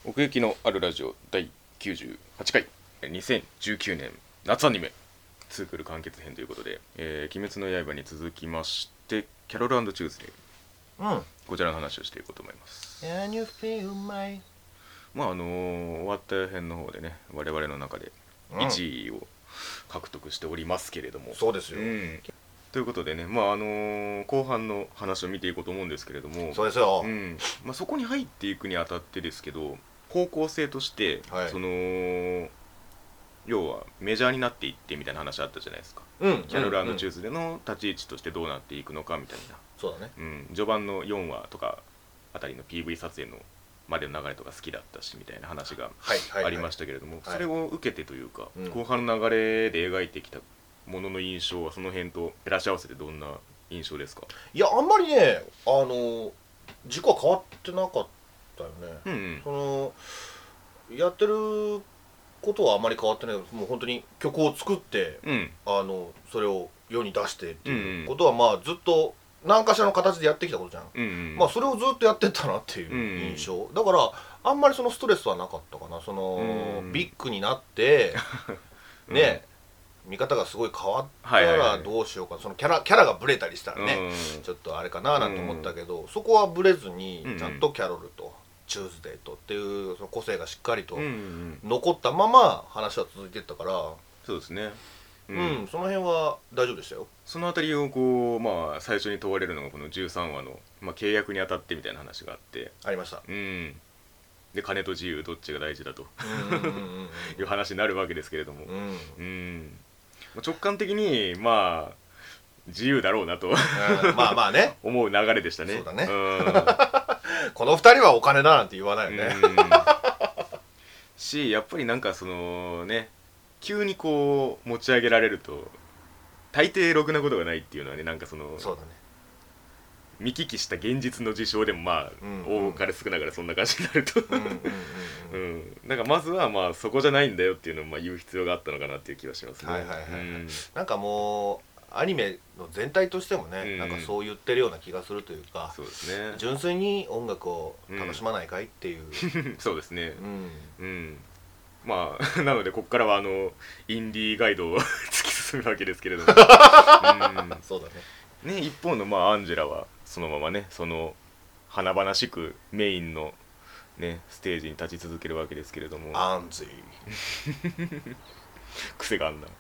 奥行きのあるラジオ第98回2019年夏アニメツークール完結編ということで、鬼滅の刃に続きましてキャロル&チューズデー、こちらの話をしていこうと思います。 Can you feel my... 終わった編の方でね、我々の中で1位を獲得しておりますけれども、 そうですよ、 ということでね、後半の話を見ていこうと思うんですけれども、 そうですよ、 そこに入っていくにあたってですけど、方向性として、 はい、 要はメジャーになっていってみたいな話あったじゃないですか、キャロル&チューズでの立ち位置としてどうなっていくのかみたいな。 そうだね、 序盤の4話とかあたりの PV 撮影のまでの流れとか好きだったしみたいな話がありましたけれども、それを受けてというか、後半の流れで描いてきたものの印象はその辺と照らし合わせてどんな印象ですか？ いや、あんまりね、軸は変わってなかったよね、やってることはあんまり変わってないけど、もう本当に曲を作って、それを世に出してっていうことは、ずっと何かしらの形でやってきたことじゃん、それをずっとやってったなっていう印象、だからあんまりそのストレスはなかったかな。ビッグになってね、見方がすごい変わったらどうしようか、そのキャラがブレたりしたらね、ちょっとあれかななんて思ったけど、そこはブレずにちゃんとキャロルとチューズデーとっていうその個性がしっかりと残ったまま話は続いていったから、 そうですね、 その辺は大丈夫でしたよ。 そのあたりを最初に問われるのがこの13話の、契約にあたってみたいな話があってありました。 で金と自由どっちが大事だという話になるわけですけれども、直感的に自由だろうなとまあね思う流れでしたね。 そうだねこの2人はお金だなんて言わないよねし、やっぱりなんかそのね、急にこう持ち上げられると大抵ろくなことがないっていうのはね、なんかそうだね、見聞きした現実の事象でも多かれ少なかれそんな感じになるとなんかまずはそこじゃないんだよっていうのを言う必要があったのかなっていう気はしますね。 なんかもうアニメの全体としてもね、なんかそう言ってるような気がするというか、 そうですね、 純粋に音楽を楽しまないかいっていうそうですね、なのでここからはインディーガイドを突き進むわけですけれどもそうだね。一方のアンジェラはそのままね、その華々しくメインのねステージに立ち続けるわけですけれども、 アンジー癖があんな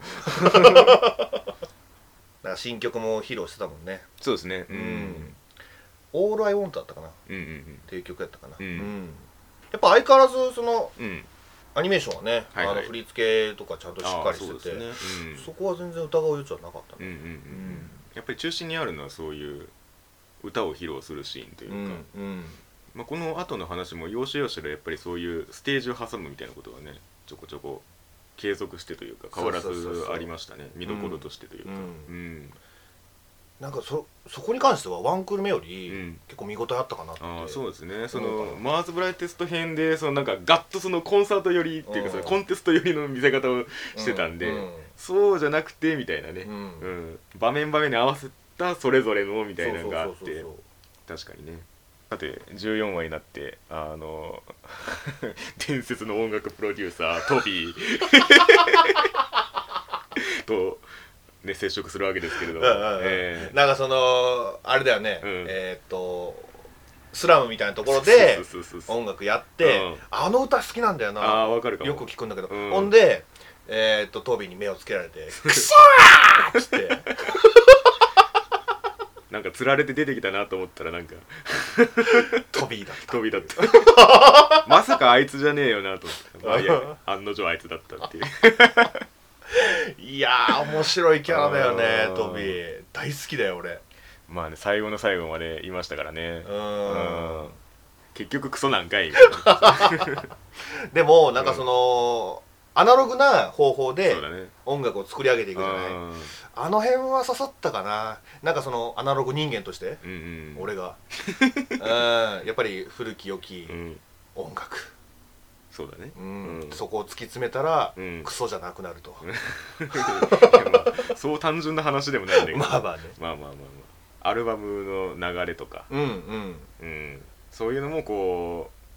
なんか新曲も披露してたもんね。 そうですね、 All I Want だったかな、っていう曲やったかな、やっぱ相変わらずその、アニメーションはね、振り付けとかちゃんとしっかりしてて、そこは全然疑う余地はなかったね。 やっぱり中心にあるのはそういう歌を披露するシーンというか、この後の話も要所要所でやっぱりそういうステージを挟むみたいなことがね、ちょこちょこ継続してというか変わらずありましたね、見どころとしてというか。 なんかそこに関してはワンクール目より結構見応えあったかなって。 そうですね、そのマーズブライテスト編でそのなんかガッとそのコンサート寄りっていうか、そのコンテスト寄りの見せ方をしてたんで、そうじゃなくてみたいなね、場面場面に合わせたそれぞれのみたいなのがあって、確かにね。さて14話になって伝説の音楽プロデューサートビーとね接触するわけですけれども、 なんかそのあれだよね、スラムみたいなところで音楽やって、あの歌好きなんだよな、 わかるかも、 よく聞くんだけど、ほんでトビーに目をつけられてクソーっつってなんか釣られて出てきたなと思ったらなんかトビーだったまさかあいつじゃねえよなと思って、案の定あいつだったっていういやー面白いキャラだよねトビー、大好きだよ俺。 最後の最後までいましたからね。結局クソなんかいでもなんかその、アナログな方法で音楽を作り上げていくじゃない、あの辺は刺さったかな。なんかそのアナログ人間として、俺がやっぱり古き良き音楽、 そうだね、 そこを突き詰めたら、クソじゃなくなるとそう単純な話でもないんだけど、 ね、 アルバムの流れとか、そういうのもこ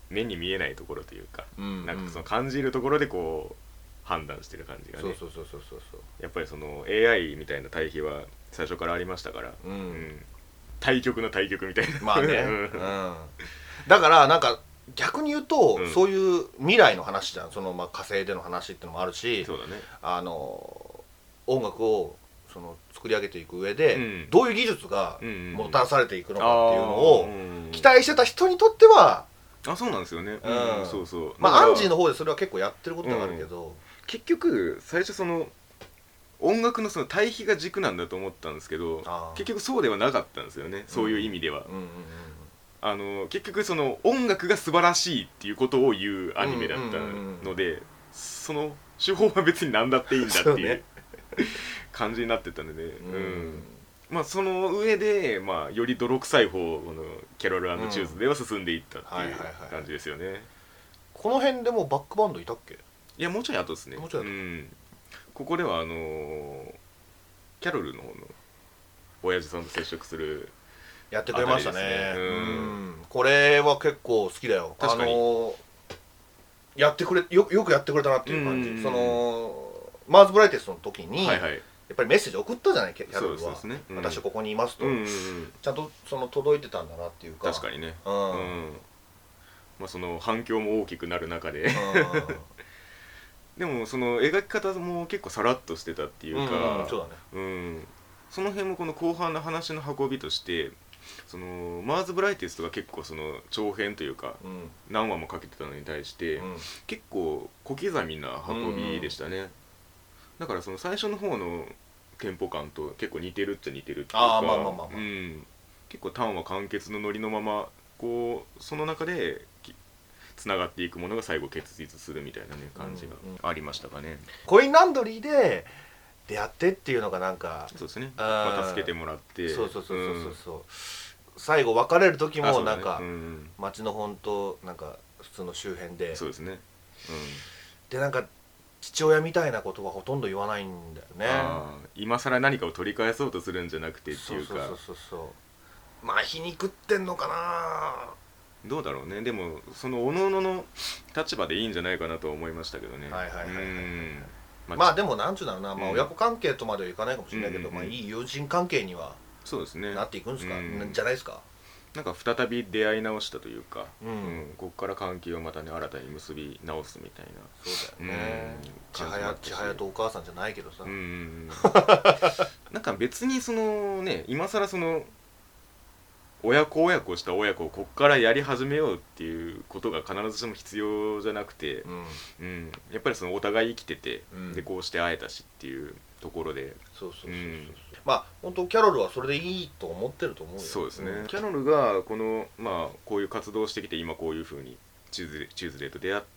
目に見えないところというか、 うんうん、 なんかその感じるところでこう判断してる感じがね、 そうやっぱりその AI みたいな対比は最初からありましたから、 うんうん、 対極の対極みたいな、 まあね、うん、だからなんか逆に言うと、うん、そういう未来の話じゃん、そのまあ火星での話っていうのもあるし、 そうだね、 音楽をその作り上げていく上で、うん、どういう技術がもたらされていくのかっていうのを期待してた人にとっては、 そうなんですよね、そうそう、 まあアンジーの方でそれは結構やってることがあるけど、 結局最初その音楽のその対比が軸なんだと思ったんですけど、結局そうではなかったんですよね、そういう意味では。結局その音楽が素晴らしいっていうことを言うアニメだったので、その手法は別に何だっていいんだっていう、感じになってたので、まあその上で、まあ、より泥臭い方のキャロル&チューズでは進んでいったっていう感じですよね。 この辺でもバックバンドいたっけ？ いや、もうちょい後ですね。ここではキャロルの方の親父さんと接触するやってくれましたね。これは結構好きだよ。 確かにやってくれよくやってくれたなっていう感じ。そのマーズブライテスの時に、やっぱりメッセージ送ったじゃない、キャロルは。私ここにいますと、ちゃんとその届いてたんだなっていうか。 確かにね。まあその反響も大きくなる中ででもその描き方も結構さらっとしてたっていうか、 そうだね。その辺もこの後半の話の運びとして、そのマーズブライテスとか結構その長編というか、何話もかけてたのに対して、結構小刻みな運びでしたね。だからその最初の方のテンポ感と結構似てるっちゃ似てるっていうか、結構単話完結のノリのままこうその中でつながっていくものが最後結実するみたいなね感じがありましたかね。 コインランドリーで出会ってっていうのがなんか、 そうですね、まあ、助けてもらって、 そう最後別れる時もなんか、街の本当なんか普通の周辺で、 そうですね、 でなんか父親みたいなことはほとんど言わないんだよね。 今更何かを取り返そうとするんじゃなくてっていうか、 まあ皮肉ってんのかな、 どうだろうね。でもそのおのおのの立場でいいんじゃないかなとは思いましたけどね。 まあでもなんちゅうだろうな、まあ親子関係とまではいかないかもしれないけど、まあいい友人関係にはそうですね、 なっていくんですか、じゃないですか。 なんか再び出会い直したというか、ここから関係をまたね新たに結び直すみたいな。 そうだよね、千早とお母さんじゃないけどさ、 なんか別にそのね、今更その親子した親子をこっからやり始めようっていうことが必ずしも必要じゃなくて、やっぱりそのお互い生きてて、でこうして会えたしっていうところで、まあ本当キャロルはそれでいいと思ってると思うよ。 そうですね、キャロルがこのまあこういう活動をしてきて、今こういう風にチューズデーと出会って、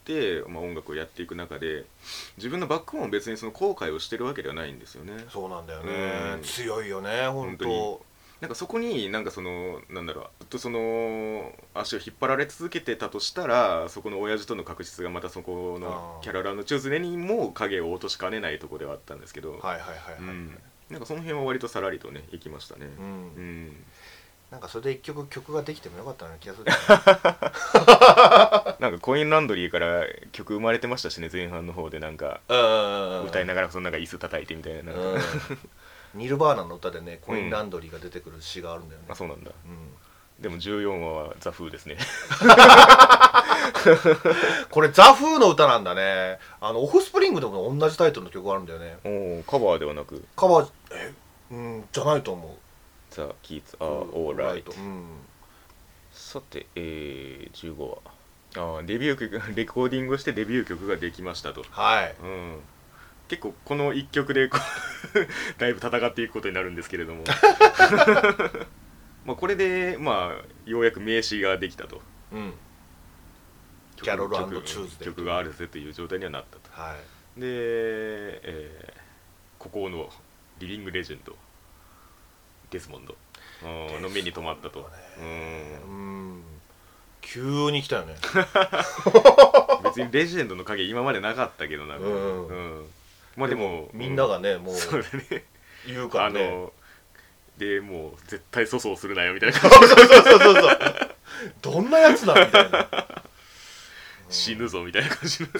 まあ、音楽をやっていく中で自分のバックボーンを別にその後悔をしてるわけではないんですよね。 そうなんだよね、強いよね本当に。 なんかそこになんかそのなんだろう、ずっとその足を引っ張られ続けてたとしたら、そこの親父との確執がまたそこのキャロル&チューズデーにも影を落としかねないところではあったんですけど、なんかその辺は割とさらりとねいきましたね。 なんかそれで一曲ができてもよかったような気がするなんかコインランドリーから曲生まれてましたしね、前半の方でなんか歌いながらそのなんか椅子叩いてみたいな、 ニルバーナの歌でね、コインランドリーが出てくる詩があるんだよね。 あ、そうなんだ。でも14話はザ・フーですね。 これザ・フーの歌なんだね。オフスプリングでも同じタイトルの曲があるんだよね。 カバーではなく、 カバーじゃないと思う。 ザ・キーツ・アー・オーライト。さて、15話、デビュー曲レコーディングをしてデビュー曲ができましたと。結構この1曲でだいぶ戦っていくことになるんですけれどもまあこれでまあようやく名詞ができたと、 キャロル&チューズデー曲があるぜという状態にはなったと。で、ここのリビングレジェンドデスモンドの目に留まったと。 急に来たよね。 別にレジェンドの影今までなかったけどな。まあでもみんながね、もう言うからね。 でもう絶対粗相するなよみたいな感じ。 どんなやつだみたいな。 死ぬぞみたいな感じの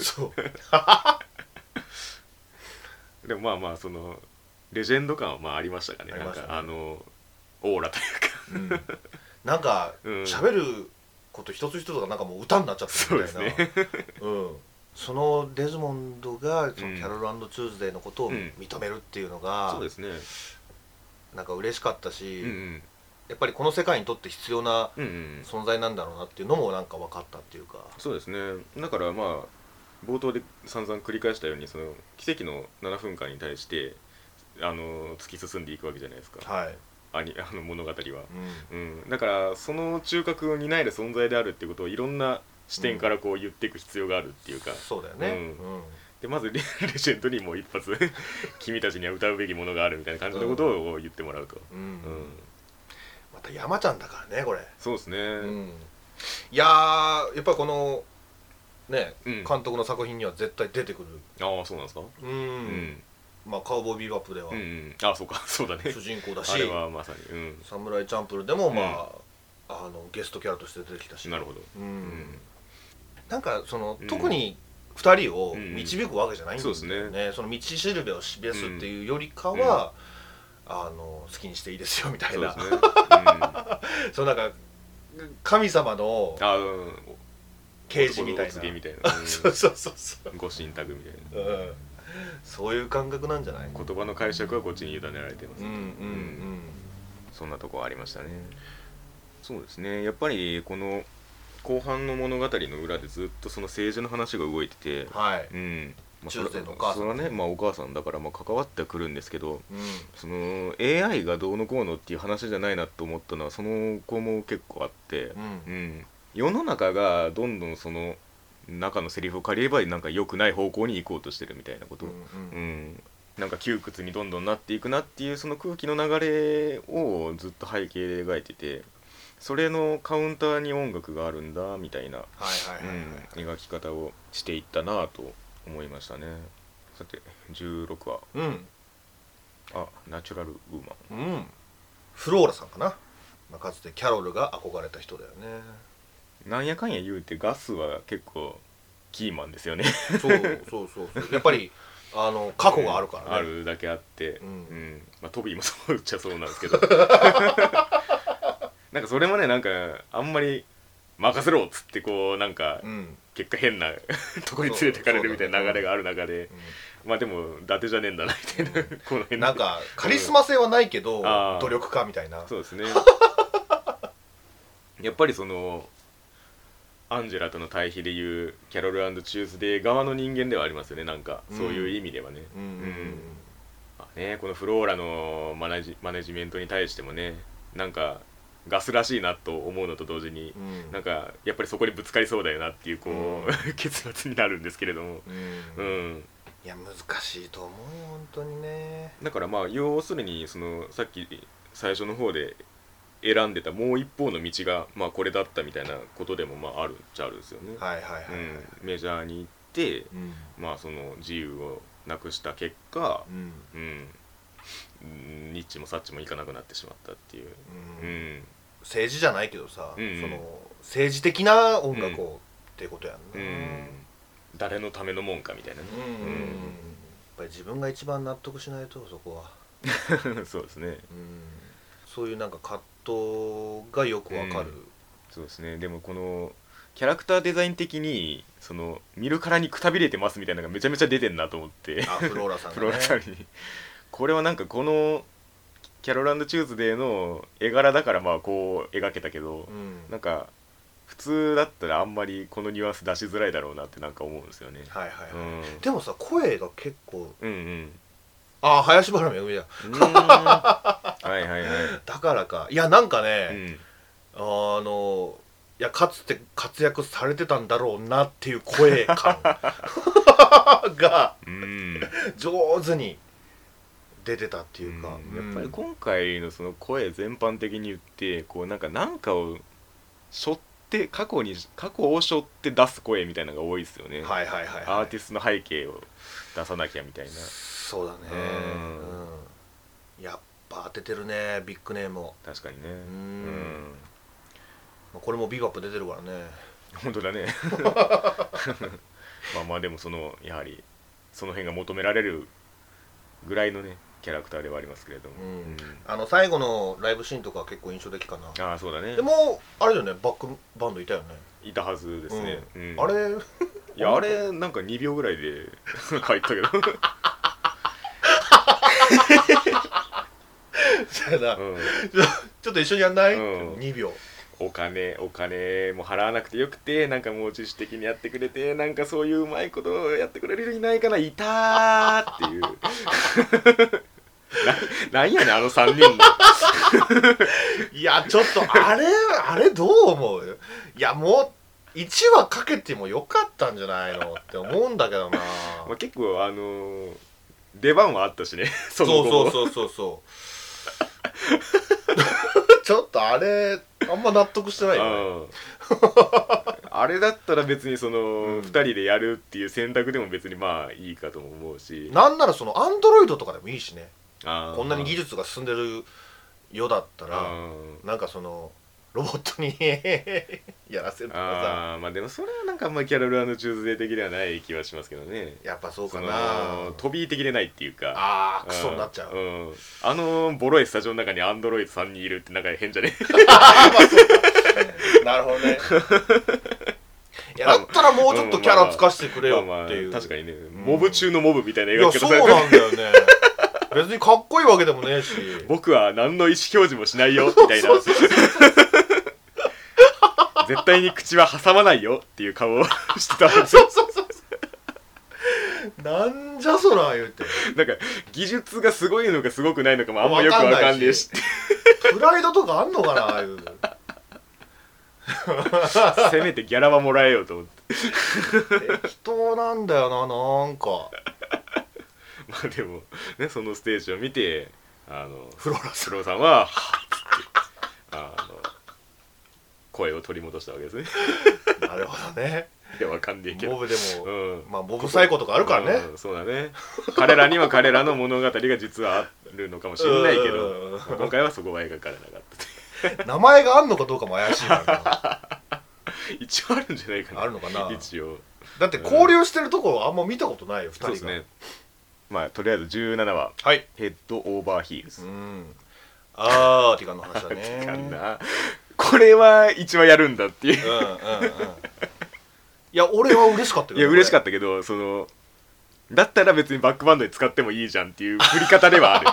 そうでもまあまあそのレジェンド感はまあありましたかね。なんかオーラというか、 なんか喋ること一つ一つがなんかもう歌になっちゃってるみたいな。そうですねそのデズモンドがそのキャロル&チューズデーのことを認めるっていうのが、 そうですね、 なんか嬉しかったし、やっぱりこの世界にとって必要な存在なんだろうなっていうのもなんか分かったっていうか。 そうですね。だからまあ冒頭で散々繰り返したように、その奇跡の7分間に対して突き進んでいくわけじゃないですか、はい、物語は、だからその中核を担える存在であるっていうことをいろんな視点からこう言っていく必要があるっていうか、 そうだよね、 でまずレジェンドにも一発君たちには歌うべきものがあるみたいな感じのことを言ってもらうと、 また山ちゃんだからねこれ。 そうですね、 いややっぱりこのね、監督の作品には絶対出てくる。 ああそうなんですか。 まあカウボーイビーバップでは、 あそうかそうだね、 主人公だし、 あれはまさに、 サムライチャンプルでもまあ、ゲストキャラとして出てきたし。 なるほど。 なんかその、特に2人を導くわけじゃないんだよね。 そうですね。 その道しるべを示すっていうよりかは、好きにしていいですよみたいな。そうなんか神様の刑事みたいな。そうそうそうそう。 ご神託みたいな。 そういう感覚なんじゃない？ 言葉の解釈はこっちに委ねられてます。そんなとこありましたね。そうですね。やっぱりこの後半の物語の裏でずっとその政治の話が動いてて、 はい。 それはね、まあお母さんだからまあ関わってくるんですけど、その AI がどうのこうのっていう話じゃないなと思ったのはその子も結構あって、世の中がどんどんその中のセリフを借りればなんか良くない方向に行こうとしてるみたいなこと、なんか窮屈にどんどんなっていくなっていうその空気の流れをずっと背景で描いてて、それのカウンターに音楽があるんだみたいな描き方をしていったなと思いましたね。さて16話、ナチュラルウーマン、 フローラさんかな、かつてキャロルが憧れた人だよね。 なんやかんや言うてガスは結構キーマンですよね。 そうやっぱり過去があるからね、 あるだけあって、まあ、トビーもそうっちゃそうなんですけどなんかそれもね、なんかあんまり任せろっつってこうなんか、結果変なとこに連れてかれるみたいな流れがある中で、まあでも伊達じゃねえんだなみたいな、この辺なんかカリスマ性はないけど、努力家みたいな。 そうですねやっぱりそのアンジェラとの対比でいうキャロル&チューズデー側の人間ではありますよね。なんかそういう意味ではね、このフローラのマネジメントに対してもね、なんかガスらしいなと思うのと同時に、なんかやっぱりそこにぶつかりそうだよなっていうこう、結末になるんですけれども、 いや難しいと思うよ本当にね。 だからまあ要するにそのさっき最初の方で選んでたもう一方の道がまあこれだったみたいなことでもまああるっちゃあるんですよね。メジャーに行って、まあその自由をなくした結果、ニッチもサッチもいかなくなってしまったっていう、 政治じゃないけどさ、その政治的な音楽をっていうことやんな、 誰のためのもんかみたいなね。 やっぱり自分が一番納得しないとそこはそうですね、 そういうなんか葛藤がよくわかる、 そうですね。でもこのキャラクターデザイン的にその見るからにくたびれてますみたいなのがめちゃめちゃ出てんなと思ってフローラさんがねフローラさんにこれはなんかこのキャロル&チューズデーの絵柄だからまあこう描けたけど、なんか普通だったらあんまりこのニュアンス出しづらいだろうなってなんか思うんですよね。 でもさ声が結構林原めぐみだだからか。いやなんかね、いやかつて活躍されてたんだろうなっていう声感が上手に出てたっていうか、やっぱり今回のその声全般的に言ってこうなんかを背負って過去を背負って出す声みたいなのが多いですよね。アーティストの背景を出さなきゃみたいな。 そうだね、やっぱ当ててるねビッグネームを。 確かにね。 これもビバップ出てるからね。 本当だねまあまあでもやはりその辺が求められるぐらいのねキャラクターではありますけれども、 最後のライブシーンとかは結構印象的かな。 ああそうだね。 でもあれだよね、バックバンドいたよね。 いたはずですね、 あれいやあれなんか2秒ぐらいで帰ったけどそうやな、ちょっと一緒にやんない、2秒お金も払わなくてよくて、なんかもう自主的にやってくれて、なんかそういううまいことをやってくれる人いないかな、いたーっていうなんやねんあの3人のいやちょっとあれどう思う？いやもう1話かけてもよかったんじゃないのって思うんだけどなまあ結構出番はあったしねそうちょっとあれあんま納得してないよねあれだったら別に2人でやるっていう選択でも別にまあいいかとも思うし、 なんならアンドロイドとかでもいいしね。こんなに技術が進んでる世だったらなんかロボットにやらせるとかさ。 まあでもそれはなんかあんまりキャロル&チューズデー的ではない気はしますけどね。 やっぱそうかな。 飛び的でないっていうか、 クソになっちゃう。ボロいスタジオの中にアンドロイド3人いるってなんか変じゃねなるほどねいやだったらもうちょっとキャラつかしてくれよっていう、 確かにね、モブ中のモブみたいな描き方されてる。いやそうなんだよね別にかっこいいわけでもねえし僕は何の意思表示もしないよみたいな絶対に口は挟まないよっていう顔をしてたんですよなんじゃそら言うて、 なんか技術がすごいのかすごくないのかもあんまよくわかんねえしプライドとかあんのかないうせめてギャラはもらえよと思って適当なんだよな、なんかまあでもね、そのステージを見てフローラさんははっつって声を取り戻したわけですねなるほどね。 いやわかんねえけどモブでも、まあモブサイコとかあるからね、 そうだね彼らには彼らの物語が実はあるのかもしれないけど今回はそこは描かれなかった名前があんのかどうかも怪しいからな一応あるんじゃないかな。 あるのかな。 一応だって交流してるところあんま見たことないよ、2人が。 そうですね。まあとりあえず17話、 はい、 ヘッドオーバーヒールズ。 アーティガンの話だね。 ティガンな、これは1話やるんだっていういや俺は嬉しかったけど、 いや嬉しかったけどだったら別にバックバンドに使ってもいいじゃんっていう振り方ではある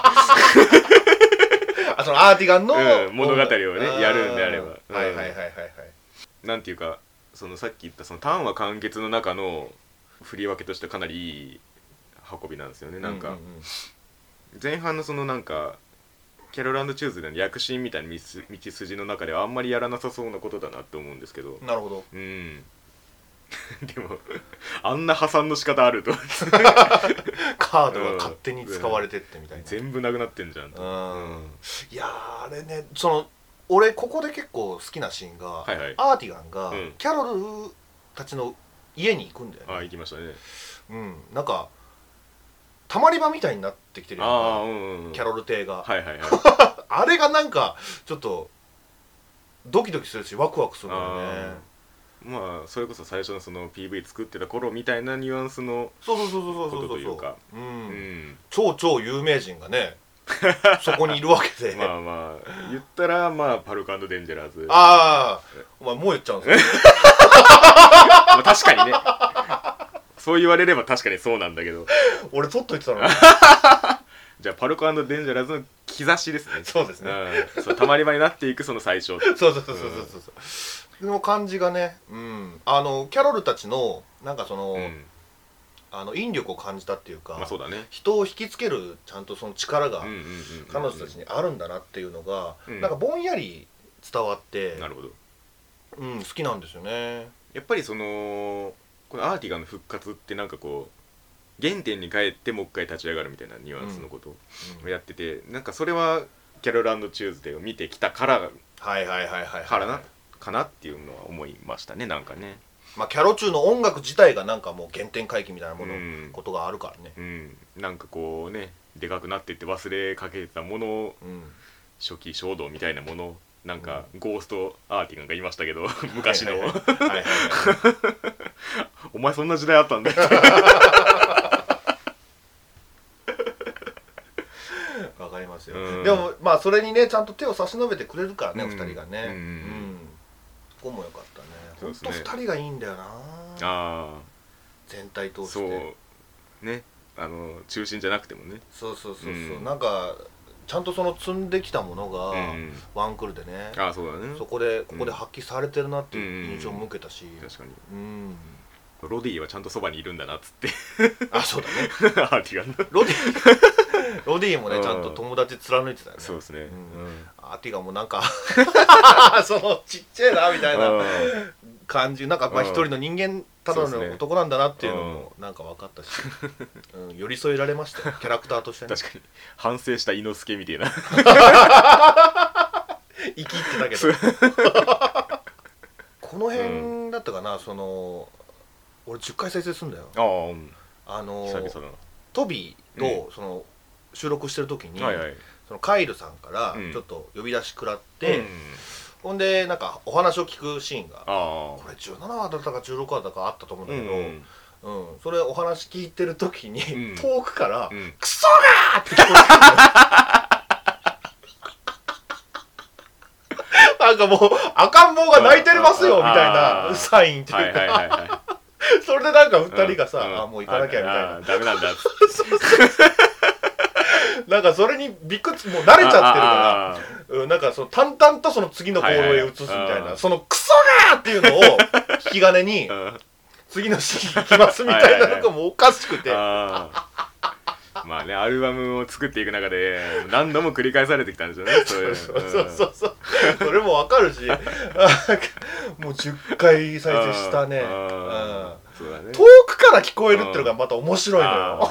アーティガンの、 物語をねやるんであれば、 はいなんていうかさっき言った単話完結の中の振り分けとしてかなりいい運びなんですよね。なんか、前半のなんかキャロル&チューズでの躍進みたいな道筋の中ではあんまりやらなさそうなことだなって思うんですけど。 なるほど。 でもあんな破産の仕方あるとカードが勝手に使われてってみたいな、 全部なくなってんじゃんと。 いやあれね、俺ここで結構好きなシーンが、アーティガンがキャロルたちの家に行くんだよね。 行きましたね。 なんかたまり場みたいになってきてるよね、キャロル邸が。あれがなんかちょっとドキドキするしワクワクするんだよね。 まあそれこそ最初のPV 作ってた頃みたいなニュアンスのことというか、 超有名人がねそこにいるわけでまあ言ったらパルク&デンジャラーズ。 お前もう言っちゃうんですか確かにねそう言われれば確かにそうなんだけど俺取っといてたのにじゃあパルク&デンジャラーズの兆しですね。 そうですね、 たまり場になっていく最初そうの感じがね、キャロルたちのなんか引力を感じたっていうか、 そうだね、 人を引きつけるちゃんと力が彼女たちにあるんだなっていうのがなんかぼんやり伝わって、 なるほど、 好きなんですよね。 やっぱりこのアーティガンの復活ってなんか原点に帰ってもう一回立ち上がるみたいなニュアンスのことをやってて、なんかそれはキャロル&チューズデーを見てきたからかなっていうのは思いましたね。なんかね、 キャロチューの音楽自体がなんかもう原点回帰みたいなことがあるからね、 なんかでかくなっていって忘れかけたものを、初期衝動みたいなものなんかゴーストアーティガンがいましたけど昔のお前そんな時代あったんだわかりますよ、でもまあそれにねちゃんと手を差し伸べてくれるからね、2人がね、ここもよかったね。ほんと2人がいいんだよな、全体通して。 そうね、中心じゃなくてもね。 そうなんかちゃんとその積んできたものがワンクールでね、 そうだね、 ここで発揮されてるなっていう印象も受けたし、 確かに、ロディはちゃんとそばにいるんだなっつってそうだねアーティガンのロディもねちゃんと友達貫いてたよね。 そうですね、 アーティガンもなんかそのちっちゃいなみたいな感じ、なんかまあ一人の人間ただの男なんだなっていうのもなんか分かったし、寄り添えられましたよキャラクターとしてね。確かに反省した伊之助みたいな生きってたけどこの辺だったかな、その俺10回再生するんだよ。久々だな。トビとその収録してる時にそのカイルさんからちょっと呼び出し食らって、ほんでなんかお話を聞くシーンがこれ17話だったか16話だったかあったと思うんだけど、それお話聞いてる時に遠くから「クソがー!」って聞こえてなんかもう赤ん坊が泣いてますよみたいなサインっていうかそれでなんか2人がさもう行かなきゃみたいな、 ダメなんだっつってなんかそれにびっくりもう慣れちゃってるからなんかその淡々とその次の行動へ移すみたいな、そのクソがーっていうのを引き金に次のシーン行きますみたいなのがもうおかしくてまあね、アルバムを作っていく中で何度も繰り返されてきたんですよね。 そうそれもわかるしもう10回再生したね。 そうだね、 遠くから聞こえるっていうのがまた面白いのよ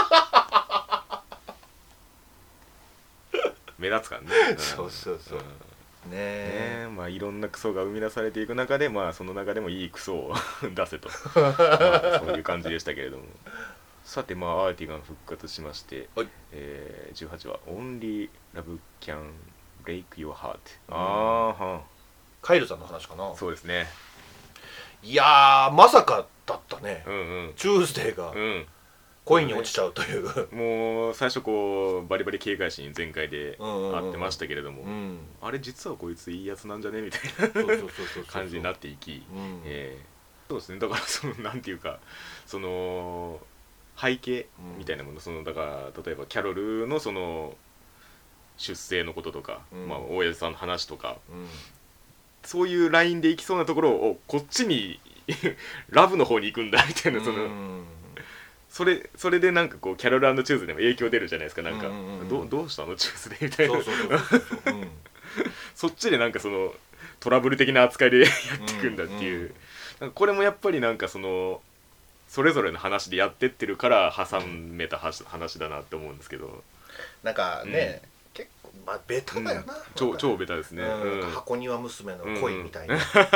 目立つからね。 そうねえ、 まあいろんなクソが生み出されていく中で、まあその中でもいいクソを出せとそういう感じでしたけれども、さてまあアーティガン復活しまして、18話 Only Love Can Break Your Heart。 カイルさんの話かな。 そうですね。 いやーまさかだったね。チューズデーが恋に落ちちゃうという、 もう最初こうバリバリ警戒心全開で会ってましたけれども、あれ実はこいついいやつなんじゃねみたいな感じになっていき、そうですね、だからそのなんていうかその背景みたいなもの、そのだから例えばキャロルのその出生のこととか、まあ大家さんの話とか、そういうラインでいきそうなところをこっちにラブの方に行くんだみたいな、そのそれでなんかこうキャロル&チューズでも影響出るじゃないですか。なんかどうしたのチューズでみたいな、そっちでなんかそのトラブル的な扱いでやっていくんだっていう、これもやっぱりなんかそのそれぞれの話でやってってるから挟めた話だなって思うんですけど、 なんかね、結構まあベタだよな、 超ベタですね。 箱庭娘の恋みたいな、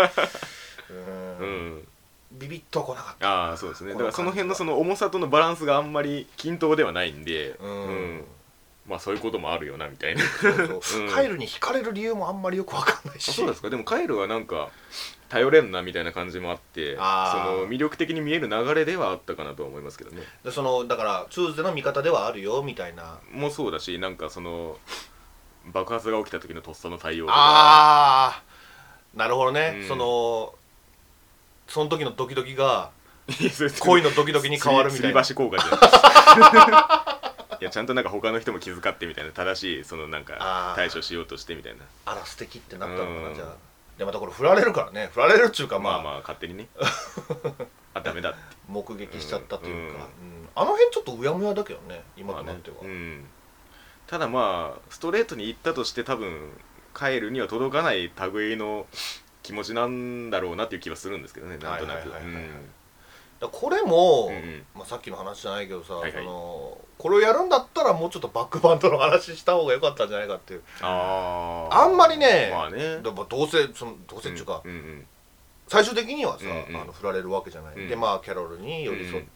ビビッとこなかった。 そうですね。だからその辺のその重さとのバランスがあんまり均等ではないんで、まあそういうこともあるよなみたいな。 カイルに惹かれる理由もあんまりよくわかんないし。 そうですか。でもカイルはなんか頼れんなみたいな感じもあって、その魅力的に見える流れではあったかなとは思いますけどね。 そのだからチューズデの味方ではあるよみたいなもそうだし、なんかその爆発が起きた時のとっさの対応とか、 なるほどね、その時のドキドキが恋のドキドキに変わるみたいな。 吊り橋効果じゃいやちゃんとなんか他の人も気遣ってみたいな、正しいそのなんか対処しようとしてみたいな、 あら素敵ってなったのかな。じゃあでまたこれ振られるからね、振られるっちゅうかまあ勝手にねダメだって目撃しちゃったというか、あの辺ちょっとうやむやだけどね今となっては。 ただまあストレートに言ったとして多分カエルには届かない類の気持ちなんだろうなっていう気はするんですけどね、なんとなく。 これも、さっきの話じゃないけどさ、これをやるんだったらもうちょっとバックバンドの話した方が良かったんじゃないかっていう。あんまりね、どうせっていうか、最終的にはさ振られるわけじゃない。でまあキャロルに寄り添って、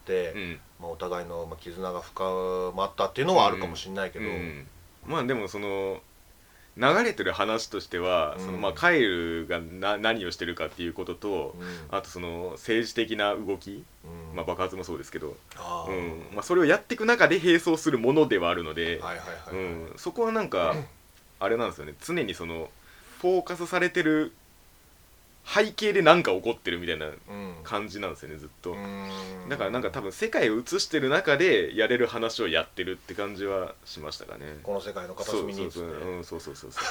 お互いの絆が深まったっていうのはあるかもしれないけど、 まあでもその流れてる話としては、 うん、 そのまあカイルが何をしてるかっていうことと、あとその政治的な動き、まあ、爆発もそうですけど、まあ、それをやっていく中で並走するものではあるので、そこはなんかあれなんですよね、常にそのフォーカスされてる背景で何か起こってるみたいな感じなんですよね、ずっと。だからなんか多分世界を映してる中でやれる話をやってるって感じはしましたかね。 この世界の片隅に。 そう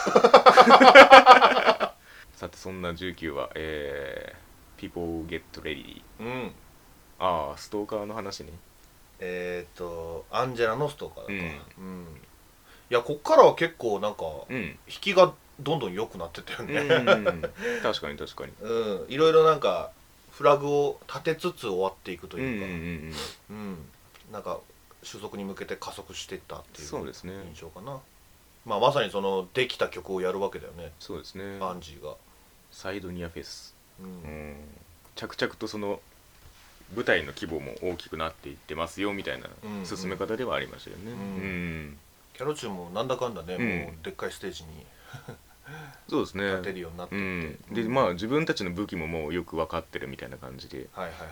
さてそんな19話、People Get Ready、ああストーカーの話ね。 アンジェラのストーカーだと、いやこっからは結構なんか、引きがどんどん良くなってたよね。 確かに確かに。 いろいろなんかフラグを立てつつ終わっていくというか、なんか収束に向けて加速していったっていう印象かな。まあまさにそのできた曲をやるわけだよね。 そうですね。 アンジーがサイドニアフェス、着々とその舞台の規模も大きくなっていってますよみたいな進め方ではありましたよね。 キャロチューもなんだかんだね、もうでっかいステージにそうですね、 立てるようになってて、でまあ自分たちの武器ももうよく分かってるみたいな感じで、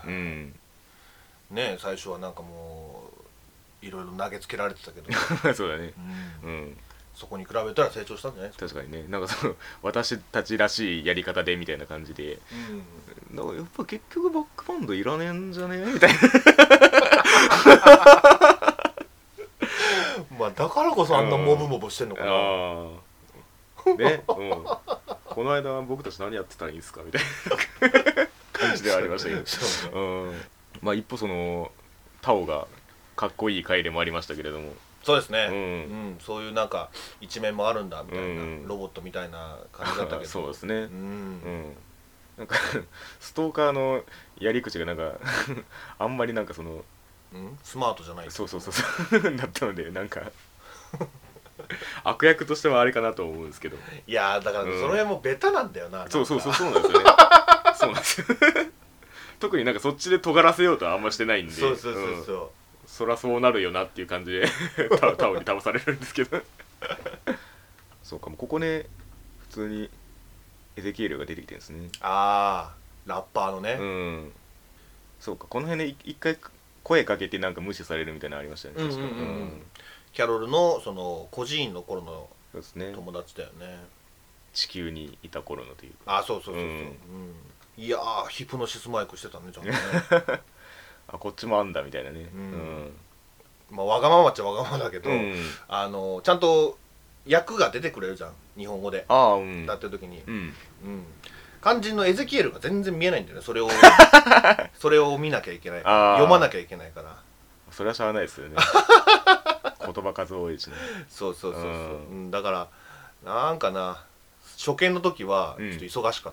ね、最初はなんかもういろいろ投げつけられてたけどそうだね、 そこに比べたら成長したんじゃないですか。 確かにね、なんかその私たちらしいやり方でみたいな感じで、だからやっぱ結局バックバンドいらねえんじゃねえみたいなまあだからこそあんなモブモブしてんのかな。 ね、この間僕たち何やってたらいいんですかみたいな感じではありましたけど、まあ一歩そのタオがかっこいい回でもありましたけれども、 そうですね、そういうなんか一面もあるんだみたいな、ロボットみたいな感じだったけどそうですね、なんかストーカーのやり口がなんかあんまりなんかそのスマートじゃない、 そうだったので、なんか悪役としてはあれかなと思うんですけど、 いやだからその辺もベタなんだよな。 そうなんですよねそうなんですよ特になんかそっちで尖らせようとはあんましてないんで、そらそうなるよなっていう感じでタオに倒されるんですけどそうかも、ここね普通にエゼキエルが出てきてるんですね。 ラッパーのね、 そうか、この辺で一回声かけてなんか無視されるみたいなのありましたよね、確か。 キャロルのその孤児院の頃の友達だよね。 地球にいた頃のというか。 そう、いやヒプノシスマイクしてたねちゃんとねこっちもあんだみたいなね。 まあわがままっちゃわがままだけど、ちゃんと役が出てくれるじゃん、日本語でだってる時に、肝心のエゼキエルが全然見えないんだよね。それを見なきゃいけない、読まなきゃいけないから。 それはしゃあないですよね言葉数多いしね。 そう、だからなんかな、初見の時はちょっと忙しかった、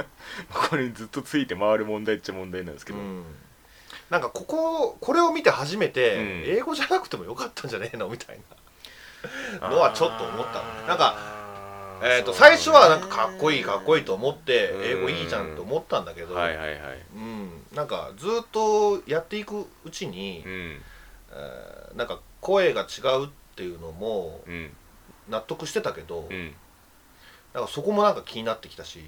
これにずっとついて回る問題っちゃ問題なんですけど、 なんかこれを見て初めて、英語じゃなくてもよかったんじゃねえのみたいなのはちょっと思ったの。なんか最初はなんかかっこいいと思って英語いいじゃんと思ったんだけど、なんかずっとやっていくうちに、なんか声が違うっていうのも納得してたけど、なんかそこもなんか気になってきたし、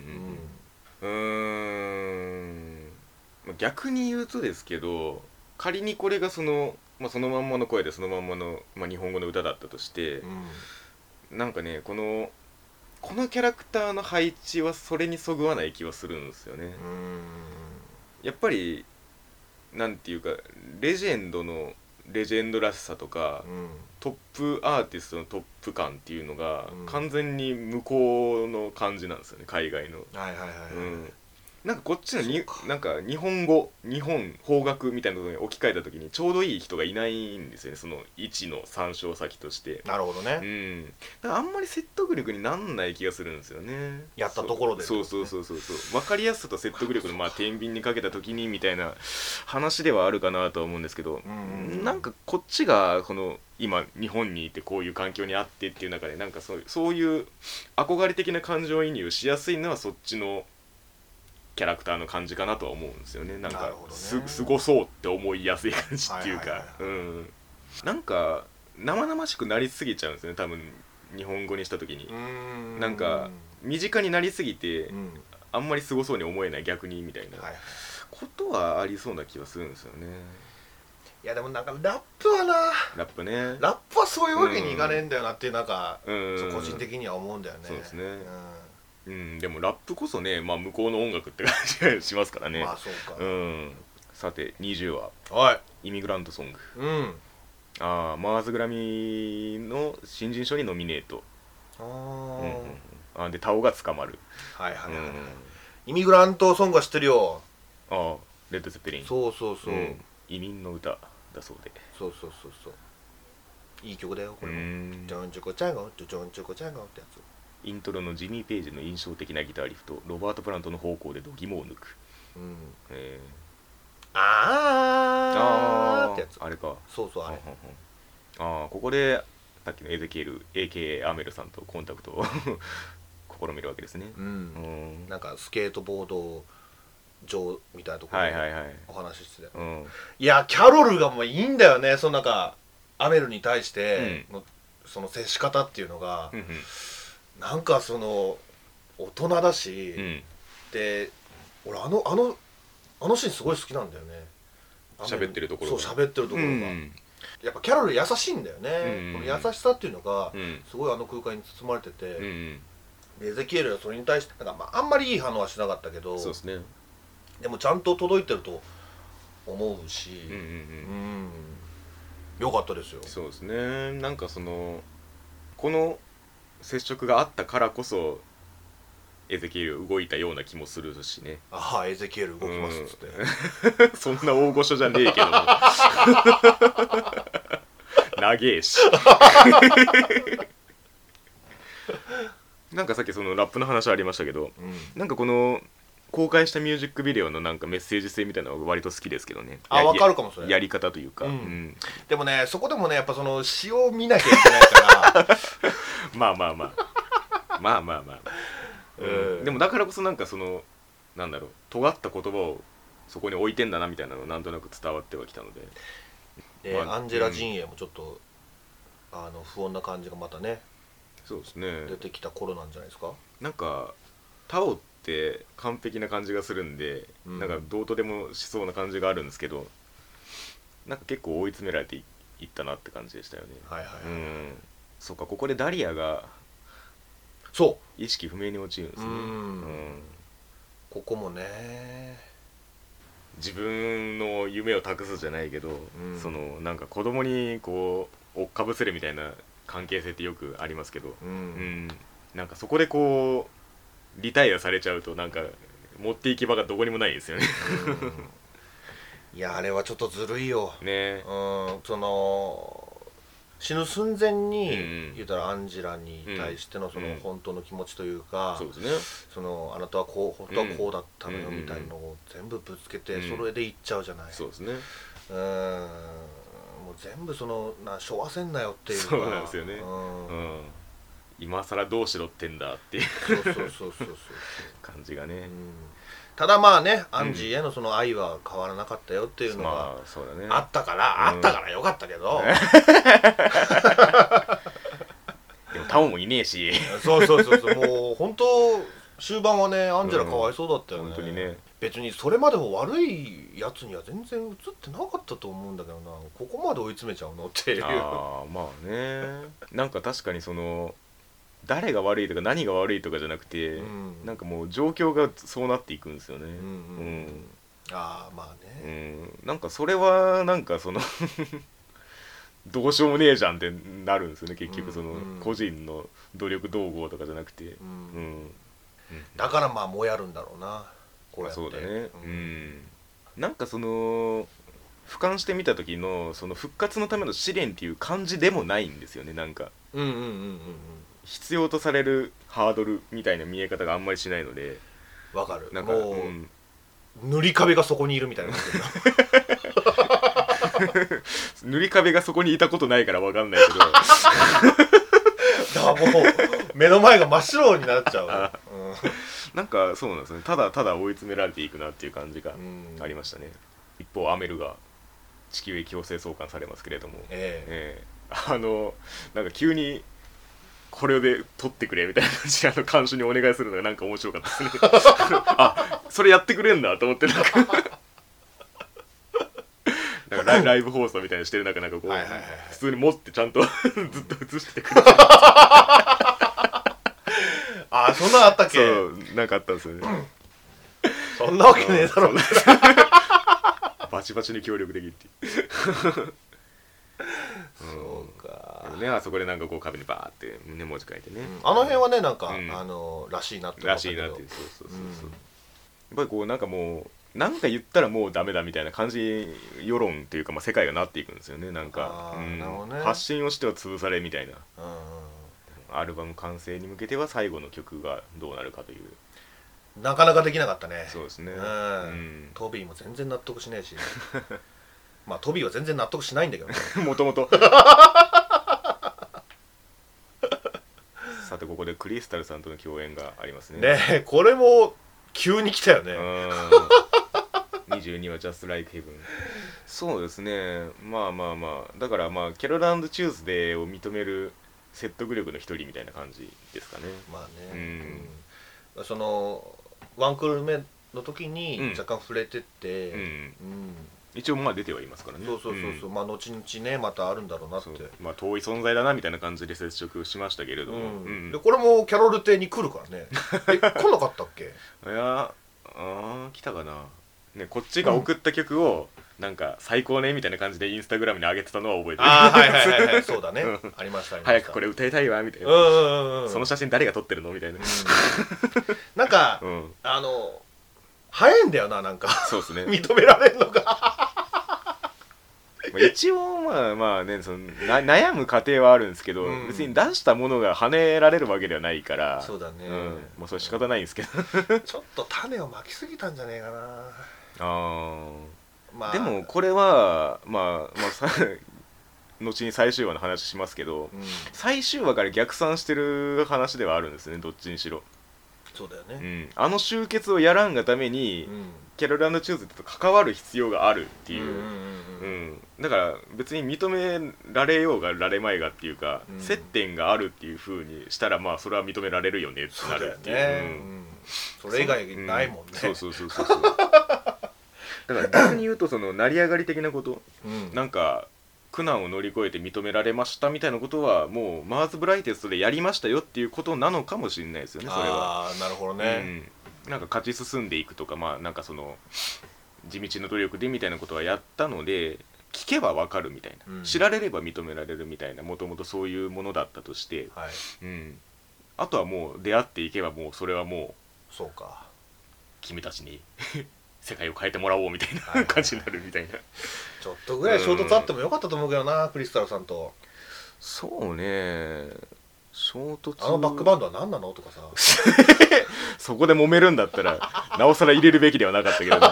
逆に言うとですけど、仮にこれがそのまんまの声でそのまんまの、日本語の歌だったとして、なんかねこのキャラクターの配置はそれにそぐわない気はするんですよね。やっぱりなんていうかレジェンドらしさとか、トップアーティストのトップ感っていうのが完全に向こうの感じなんですよね、海外の。なんかこっちのなんか日本邦楽みたいなのに置き換えた時にちょうどいい人がいないんですよね、その位置の参照先として。 なるほどね。 だからあんまり説得力になんない気がするんですよね、 やったところで。 そう分かりやすさと説得力の天秤にかけた時にみたいな話ではあるかなとは思うんですけど、なんかこっちがこの今日本にいてこういう環境にあってっていう中でなんかそういう憧れ的な感情移入しやすいのはそっちのキャラクターの感じかなとは思うんですよね。なんかすごそうって思いやすい感じっていうか、なんか生々しくなりすぎちゃうんですよね、多分日本語にした時になんか身近になりすぎて、あんまりすごそうに思えない逆にみたいなことはありそうな気はするんですよね。 いやでもなんかラップはな、 ラップね、 ラップはそういうわけにいかねえんだよなっていうなんか、個人的には思うんだよね。 そうですね、でもラップこそね、まあ向こうの音楽って感じがしますからね。 まあそうか。 さて20話、 はい、 イミグラントソング。マーズグラミーの新人賞にノミネート。でタオが捕まる。 はいはいはい、イミグラントソングは知ってるよ。 レッド・ゼッペリン。 そうそうそう、 移民の歌だそうで。 そういい曲だよこれも。ジョンチョコチャンゴジョンチョコチャンゴってやつ。 イントロのジミー・ペイジの印象的なギターリフとロバート・プラントの方向で度肝を抜く。ってやつ。あれか。 そうそうあれ。 ここでさっきのエゼキエル AKA アメルさんとコンタクトを試みるわけですね。 なんかスケートボード場みたいなところでお話ししてた。いやキャロルがもういいんだよね。そのなんかアメルに対してのその接し方っていうのがなんかその大人だし、で俺あのシーンすごい好きなんだよね。 喋ってるところが。そう喋ってるところが、やっぱキャロル優しいんだよね。この優しさっていうのがすごいあの空間に包まれてて、エゼキエルはそれに対してなんか、あんまりいい反応はしなかったけど、 そうですね、 でもちゃんと届いてると思うし、よかったですよ。 そうですね。なんかそのこの接触があったからこそエゼキエル動いたような気もするしね。 エゼキエル動きますっつって、 そんな大御所じゃねえけど長えしなんかさっきそのラップの話ありましたけど、なんかこの公開したミュージックビデオのなんかメッセージ性みたいなのが割と好きですけどね。 分かるかも。それやり方というか、 でもねそこでもねやっぱその詩を見なきゃいけないからまあでもだからこそなんかそのなんだろう、尖った言葉をそこに置いてんだなみたいなのなんとなく伝わってはきたので、 アンジェラ陣営もちょっと不穏な感じがまたね、 そうですね、 出てきた頃なんじゃないですか。 なんかタオって完璧な感じがするんで、なんかどうとでもしそうな感じがあるんですけど、なんか結構追い詰められていったなって感じでしたよね。そうか、ここでダリアが意識不明に陥るんですね。 ここもね自分の夢を託すじゃないけど、そのなんか子供にこう追っかぶせるみたいな関係性ってよくありますけど、なんかそこでこうリタイアされちゃうとなんか持っていき場がどこにもないですよね。 いやあれはちょっとずるいよね。 その死ぬ寸前に、言うたらアンジェラに対してのその本当の気持ちというか、 そうですね、 そのあなたはこう本当はこうだったのよみたいなのを全部ぶつけてそれでいっちゃうじゃない。 そうですね、 もう全部そのしょわせんなよっていうか。 そうなんですよね。今更どうしろってんだっていう感じがね。 ただまあね、アンジーへのその愛は変わらなかったよっていうのがあったからよかったけど、 でもタオもいねえしそうもう本当終盤はねアンジェラかわいそうだったよね。 本当にね。 別にそれまでも悪いやつには全然映ってなかったと思うんだけどな、ここまで追い詰めちゃうのっていう。 まあね、なんか確かにその誰が悪いとか何が悪いとかじゃなくて、なんかもう状況がそうなっていくんですよね。 まあね、 なんかそれはなんかそのどうしようもねえじゃんってなるんですよね結局。その個人の努力道合とかじゃなくて、 だからまあもやるんだろうなこうやって。 そうだね。なんかその俯瞰してみた時のその復活のための試練っていう感じでもないんですよね。なんか必要とされるハードルみたいな見え方があんまりしないので。 わかる。 なんかもう、塗り壁がそこにいるみたいな塗り壁がそこにいたことないからわかんないけどだからもう目の前が真っ白になっちゃう。 なんかそうなんですね。ただただ追い詰められていくなっていう感じがありましたね。一方アメルが地球へ強制送還されますけれども、なんか急にこれで撮ってくれみたいな感じで監修にお願いするのがなんか面白かったですねあ、それやってくれんだと思って、なんかライブ放送みたいにしてる中、なんかこう、普通に持ってちゃんとずっと映してくれてあ、そんなあったっけ。 そうなんかあったんですよねそんなわけねえだろバチバチに協力できるっていうそうかね、あそこでなんかこう壁にバーってね文字書いてね、 あの辺はねなんか、らしいなって思らったけど、 しいなっていう、そう、やっぱりこうなんかもうなんか言ったらもうダメだみたいな感じ、世論っていうか、まあ、世界がなっていくんですよね、なんか、 なるほどね、 発信をしては潰されみたいな、アルバム完成に向けては最後の曲がどうなるかという、 なかなかできなかったね。 そうですね、 トビーも全然納得しないしまあトビーは全然納得しないんだけどねもともとさてここでクリスタルさんとの共演がありますね。 ねえ、これも急に来たよね。 22は Just Like Heaven。 そうですね、まあだからまあキャロル&チューズデーを認める説得力の一人みたいな感じですかね。 まあね、そのワンクール目の時に若干触れてって、 一応まあ出てはいますからね。 そう、まあ後々ねまたあるんだろうなって、 まあ遠い存在だなみたいな感じで接触しましたけれども、 でこれもキャロル亭に来るからね来なかったっけ。 いや来たかな、ね、こっちが送った曲をなんか最高ねみたいな感じでインスタグラムに上げてたのは覚えてる。 はいそうだね、ありました。 早くこれ歌いたいわみたいな、その写真誰が撮ってるのみたいな、 なんか、早いんだよな、なんかそうですね認められるのが一応まあね、その悩む過程はあるんですけど、別に出したものが跳ねられるわけではないから、 そうだね、 もうそれ仕方ないんですけどちょっと種をまきすぎたんじゃねえかな。 でもこれはまあ後に最終話の話しますけど、最終話から逆算してる話ではあるんですね、どっちにしろ。 そうだよね、 あの集結をやらんがために、キャロル&チューズと関わる必要があるっていう、だから別に認められようがられまいがっていうか、接点があるっていう風にしたら、まあそれは認められるよねってなるっていう、 それ以外ないもんね。 そうだから逆に言うと、その成り上がり的なこと、なんか苦難を乗り越えて認められましたみたいなことはもうマーズ・ブライテストでやりましたよっていうことなのかもしれないですよね、それは。 なるほどね、 なんか勝ち進んでいくとか、まあなんかその地道な努力でみたいなことはやったので、聞けばわかるみたいな、知られれば認められるみたいな、もともとそういうものだったとして、あとはもう出会っていけば、もうそれはもうそうか、 君たちに世界を変えてもらおうみたいな感じになるみたいな。 ちょっとぐらい衝突あってもよかったと思うけどな、クリスタルさんと。 そうね、衝突、 あのバックバンドは何なのとかさそこで揉めるんだったらなおさら入れるべきではなかったけど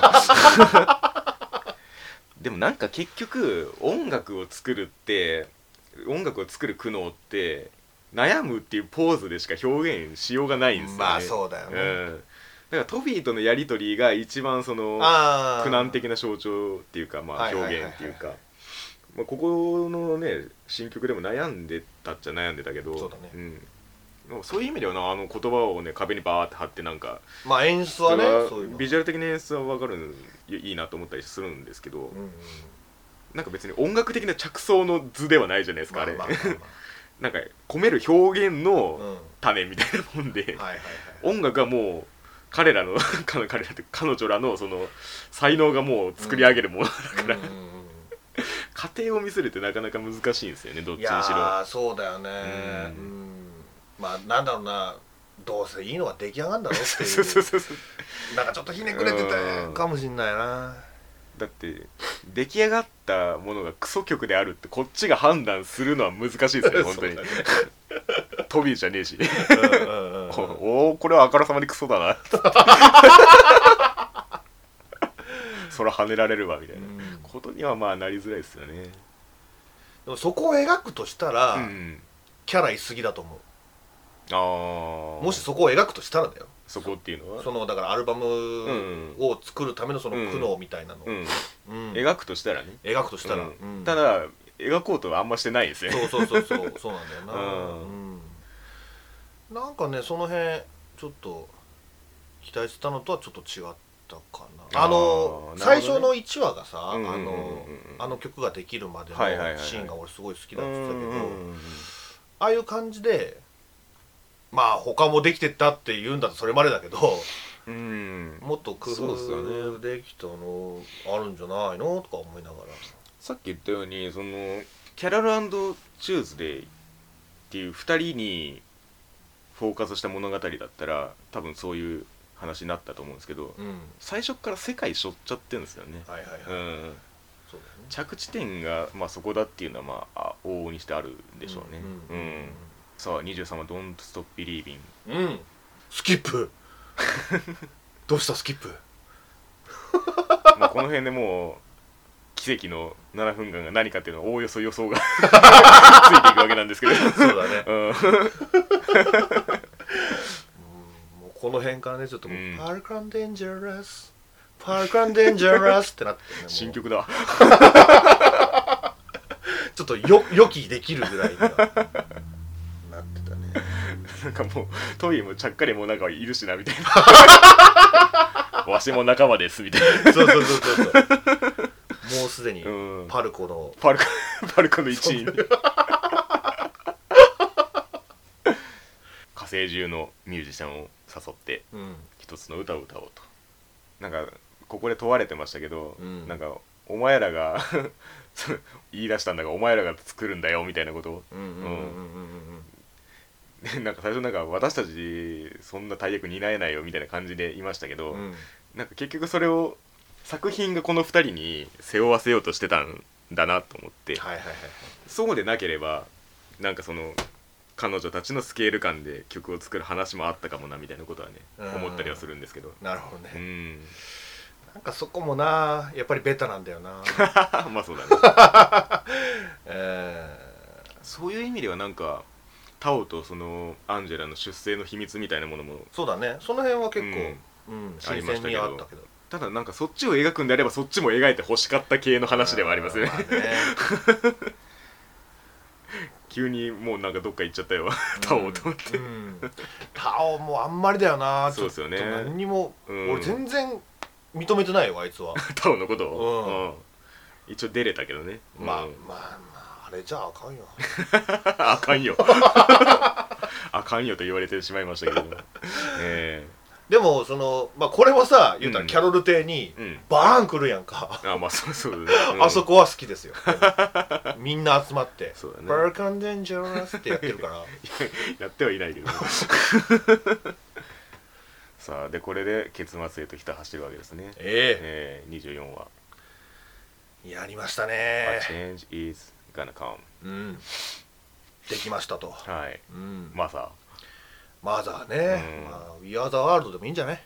でもなんか結局音楽を作る苦悩って悩むっていうポーズでしか表現しようがないんですよね。 まあそうだよね、 だからトビーとのやり取りが一番その苦難的な象徴っていうか、まあ表現っていうか、ここのね新曲でも悩んでたっちゃ悩んでたけど、 そうだね、 そういう意味ではな、あの言葉をね壁にバーって貼って、なんかまあ演出はね、そういうのビジュアル的な演出は分かる、いいなと思ったりするんですけど、なんか別に音楽的な着想の図ではないじゃないですか、あれなんか込める表現の種みたいなもんで、音楽はもう彼女らのその才能がもう作り上げるものだから過程を見せるってなかなか難しいんですよね、どっちにしろ。いやそうだよね、まあなんだろうな、どうせいいのが出来上がるんだろうっていうなんかちょっとひねくれてたかもしんないな。 だって出来上がったものがクソ曲であるってこっちが判断するのは難しいですよね本当にトビーじゃねえしおこれはあからさまにクソだなそら跳ねられるわみたいなことにはまあなりづらいですよね。 でもそこを描くとしたら、キャラいすぎだと思う。もしそこを描くとしたらだよ。 そこっていうのはそのだからアルバムを作るためのその苦悩みたいなのを、 描くとしたらね、 描くとしたら、 ただ描こうとはあんましてないですよね。 そうなんだよな、 なんかねその辺ちょっと期待してたのとはちょっと違ったかな。最初の1話がさ、あの曲ができるまでのシーンが俺すごい好きだって言ってたけど、ああいう感じでまあ他もできてったって言うんだとそれまでだけど、もっと工夫できたのあるんじゃないのとか思いながら、 さっき言ったようにそのキャロル&チューズデイっていう2人にフォーカスした物語だったら多分そういう話になったと思うんですけど、最初から世界背負っちゃってるんですよね。着地点が、まあ、そこだっていうのは、まあ、往々にしてあるんでしょうね。さあ23は Don't Stop Believing。 スキップどうしたスキップまあこの辺でもう奇跡の7分間が何かっていうのはおおよそ予想がついていくわけなんですけどそうだね、もうこの辺からねちょっともう、パルクランデンジャラスパルクランデンジャラスってなってね、 新曲だちょっと予期できるぐらいにはなってたね。 なんかもうトイレもちゃっかりもうなんかいるしなみたいなわしも仲間ですみたいなそうもうすでにパルコの一員火星中のミュージシャンを誘って一つの歌を歌おうと。なんかここで問われてましたけど、なんかお前らが言い出したんだがお前らが作るんだよみたいなことをなんか最初なんか私たちそんな大役担えないよみたいな感じで言いましたけど、なんか結局それを作品がこの2人に背負わせようとしてたんだなと思って、そうでなければなんかその彼女たちのスケール感で曲を作る話もあったかもなみたいなことはね思ったりはするんですけど。 なるほどね。なんかそこもなやっぱりベタなんだよなまあそうだね、そういう意味ではなんかタオとそのアンジェラの出生の秘密みたいなものもそうだね、その辺は結構、新鮮味あったけど、 ただなんかそっちを描くんであればそっちも描いて欲しかった系の話ではありますよね。急にもうなんかどっか行っちゃったよタオと思って、 タオもあんまりだよな。 そうですよね。 何にも、俺全然認めてないよあいつはタオのことを、一応出れたけどね。 まああれじゃあかんよあかんよあかんよと言われてしまいましたけどでもその、まあ、これもさ言うたらキャロル邸にバーン来るやんか、 まあそうだね、あそこは好きですよみんな集まってそうだね、 バーカンデンジャラスってやってるからやってはいないけどさあでこれで結末へとひた走るわけですね。24話やりましたね。 A change is gonna come、 できましたと。 はい、マザーね、We are the world でもいいんじゃない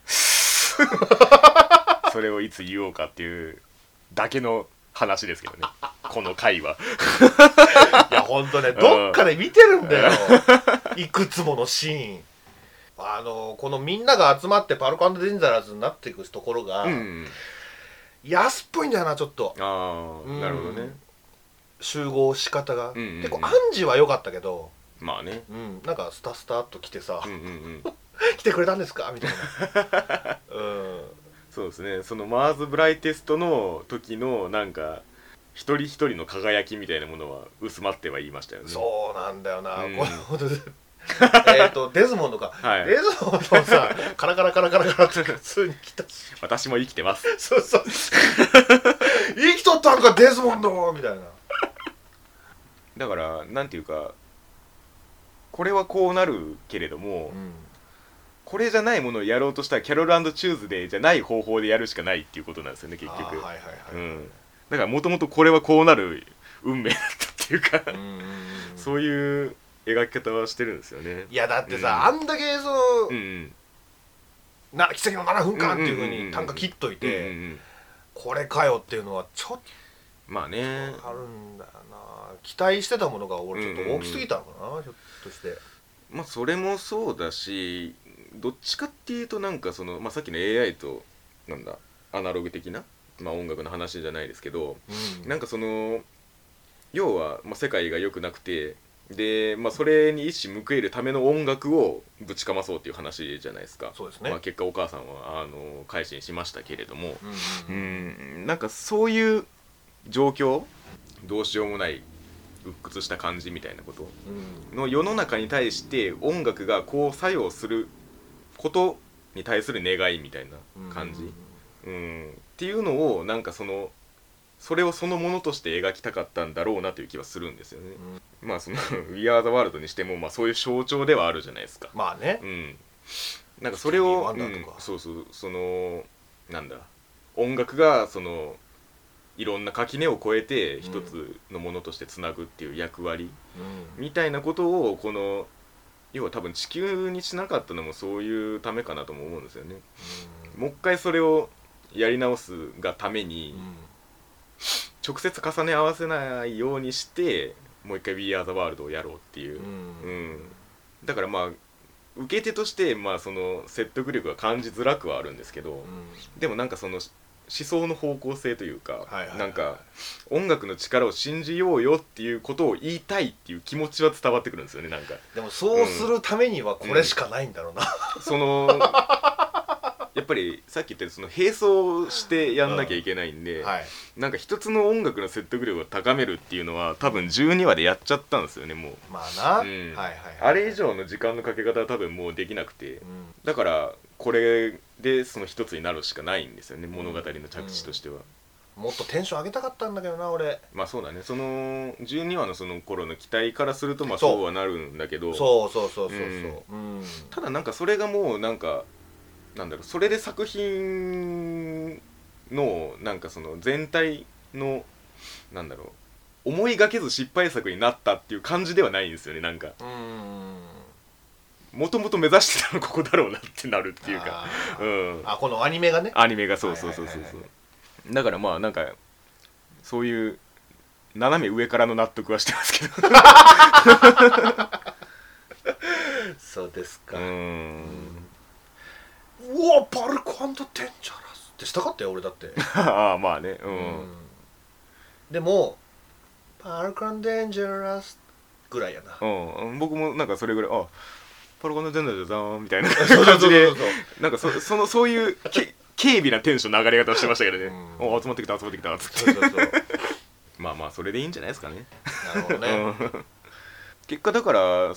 それをいつ言おうかっていうだけの話ですけどねこの回は。 いやほんとね、どっかで見てるんだよいくつものシーン。このみんなが集まってパルコ&デンジャラーズになっていくところが、安っぽいんだよなちょっと。 なるほどね。 集合仕方が、結構アンジは良かったけど、 まあね、 なんかスタスタっと来てさ来てくれたんですかみたいなそうですね。そのマーズ・ブライテストの時のなんか一人一人の輝きみたいなものは薄まっては言いましたよね。 そうなんだよな、デズモンドか、デズモンドさカラカラカラカラカラって普通に来たし私も生きてます。 そう生きとったんかデズモンドみたいな。 だからなんていうかこれはこうなるけれども、これじゃないものをやろうとしたらキャロル&チューズデーじゃない方法でやるしかないっていうことなんですよね結局。だからもともとこれはこうなる運命だったっていうかそういう描き方はしてるんですよね。 いやだってさ、あんだけその、奇跡の7分間っていう風に単価切っといて、これかよっていうのはちょっとまあねあるんだよな。期待してたものが俺ちょっと大きすぎたのかな、ひょっとして。 まあそれもそうだし、どっちかっていうとなんかその、さっきの AI となんだアナログ的な、音楽の話じゃないですけど、なんかその要は、世界が良くなくてで、まあ、それに一矢報いるための音楽をぶちかまそうっていう話じゃないですか。 そうですね。 まあ、結果お母さんは改心しましたけれども、なんかそういう状況、どうしようもない鬱屈した感じみたいなことの世の中に対して音楽がこう作用することに対する願いみたいな感じ、っていうのをなんかそれをそのものとして描きたかったんだろうなという気はするんですよね。まあその「We Are the World」にしても、まあ、そういう象徴ではあるじゃないですか。 まあね。 なんかそれを、そうなんだ、音楽がいろんな垣根を越えて一つのものとしてつなぐっていう役割、みたいなことを要は多分地球にしなかったのもそういうためかなとも思うんですよね。もう一回それをやり直すがために、直接重ね合わせないようにしてもう一回 We Are the World をやろうっていう、だからまあ受け手としてまあその説得力が感じづらくはあるんですけど、でもなんか思想の方向性というか、なんか音楽の力を信じようよっていうことを言いたいっていう気持ちは伝わってくるんですよね。なんかでもそうするためにはこれしかないんだろうな、 やっぱりさっき言った並走してやんなきゃいけないんで、なんか一つの音楽の説得力を高めるっていうのは多分12話でやっちゃったんですよね。もうまあな、 あれ以上の時間のかけ方は多分もうできなくて、だからこれで一つになるしかないんですよね、物語の着地としては。 もっとテンション上げたかったんだけどな俺。 まあそうだね、12話のその頃の期待からするとまあそうはなるんだけど、 そう、 ただなんかそれがもうなんかなんだろう、それで作品のなんか全体のなんだろう、思いがけず失敗作になったっていう感じではないんですよね。なんかもともと目指してたのここだろうなってなるっていうか、 このアニメがね、 そうだからまあなんかそういう斜め上からの納得はしてますけどそうですか。うわバルコ&デンジャラスってしたかったよ俺だってああまあね、 でもバルコ&デンジャラスぐらいやな。 僕もなんかそれぐらいパルコ&デンジャラスだーみたいな感じでなんかそういう軽微なテンションの上がり方をしてましたけどね。集まってきたっつってまあまあそれでいいんじゃないですかね。 なるほどね結果だから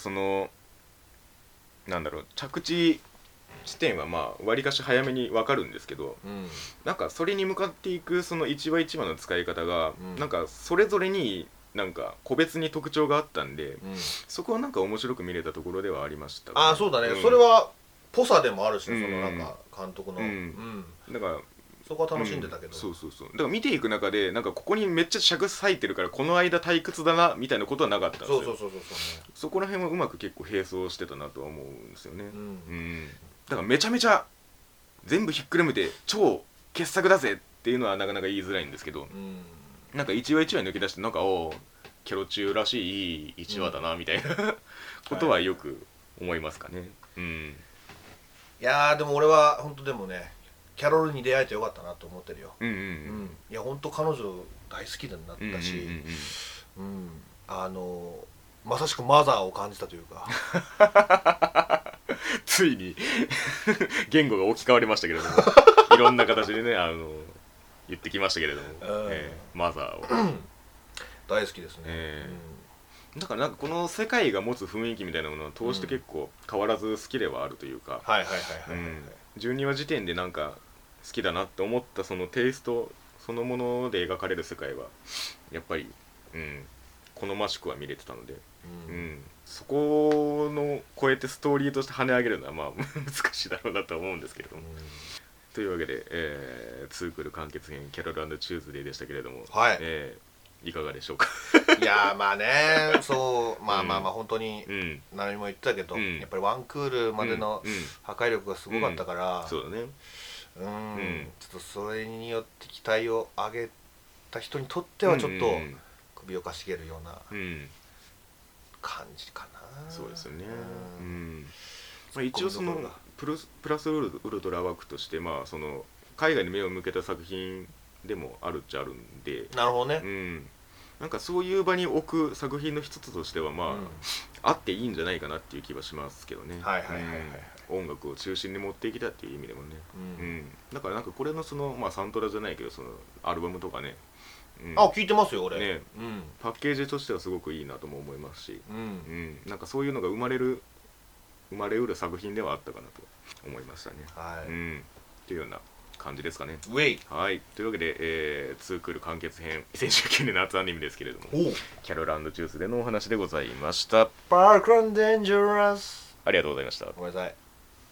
なんだろう、着地地点はまあ割かし早めに分かるんですけど、なんかそれに向かっていく一話一話の使い方が、なんかそれぞれになんか個別に特徴があったんで、そこはなんか面白く見れたところではありました、ね。 そうだね、それはぽさでもあるしね、なんか監督の、 だからそこは楽しんでたけど、 だから見ていく中でなんかここにめっちゃ尺割いてるからこの間退屈だなみたいなことはなかったんですよ。そこら辺はうまく結構並走してたなとは思うんですよね。だからめちゃめちゃ全部ひっくるめて超傑作だぜっていうのはなかなか言いづらいんですけど、なんか一話一話抜き出してなんかケロチューらしいいい一話だなみたいなことはよく思いますかね。 いやでも俺は本当でもねキャロルに出会えてよかったなと思ってるよ。いや本当彼女大好きになったし、まさしくマザーを感じたというかついに言語が置き換わりましたけれどもいろんな形でね言ってきましたけれども、マザーを大好きですね。 だからなんかこの世界が持つ雰囲気みたいなものは通して結構変わらず好きではあるというか、12話時点でなんか好きだなって思ったそのテイストそのもので描かれる世界はやっぱり、好ましくは見れてたので、そこの超えてストーリーとして跳ね上げるのはまあ難しいだろうなとは思うんですけれども、というわけで、ツークール完結編キャロル&チューズデーでしたけれども、いかがでしょうか。 いやまあねそうまあ本当に何も言ってたけど、やっぱりワンクールまでの破壊力がすごかったから、 そうだね。 ちょっとそれによって期待を上げた人にとってはちょっと首をかしげるような感じかな。 そうですよね。一応プラスウルトラ枠としてまあ海外に目を向けた作品でもあるっちゃあるんで。 なるほどね。 なんかそういう場に置く作品の一つとしてはまあ、あっていいんじゃないかなっていう気はしますけどね。音楽を中心に持ってきたっていう意味でもね、だからなんかこれのその、まあ、サントラじゃないけどそのアルバムとかね、 聞いてますよ俺ね、パッケージとしてはすごくいいなとも思いますし、なんかそういうのが生まれうる作品ではあったかなと思いましたね。っていうような感じですかね。はい、というわけで、ツークール完結編2019年夏アニメですけれども、キャロル&ジュースでのお話でございました。 パークランデンジャラス、 ありがとうございました。 ごめんなさい。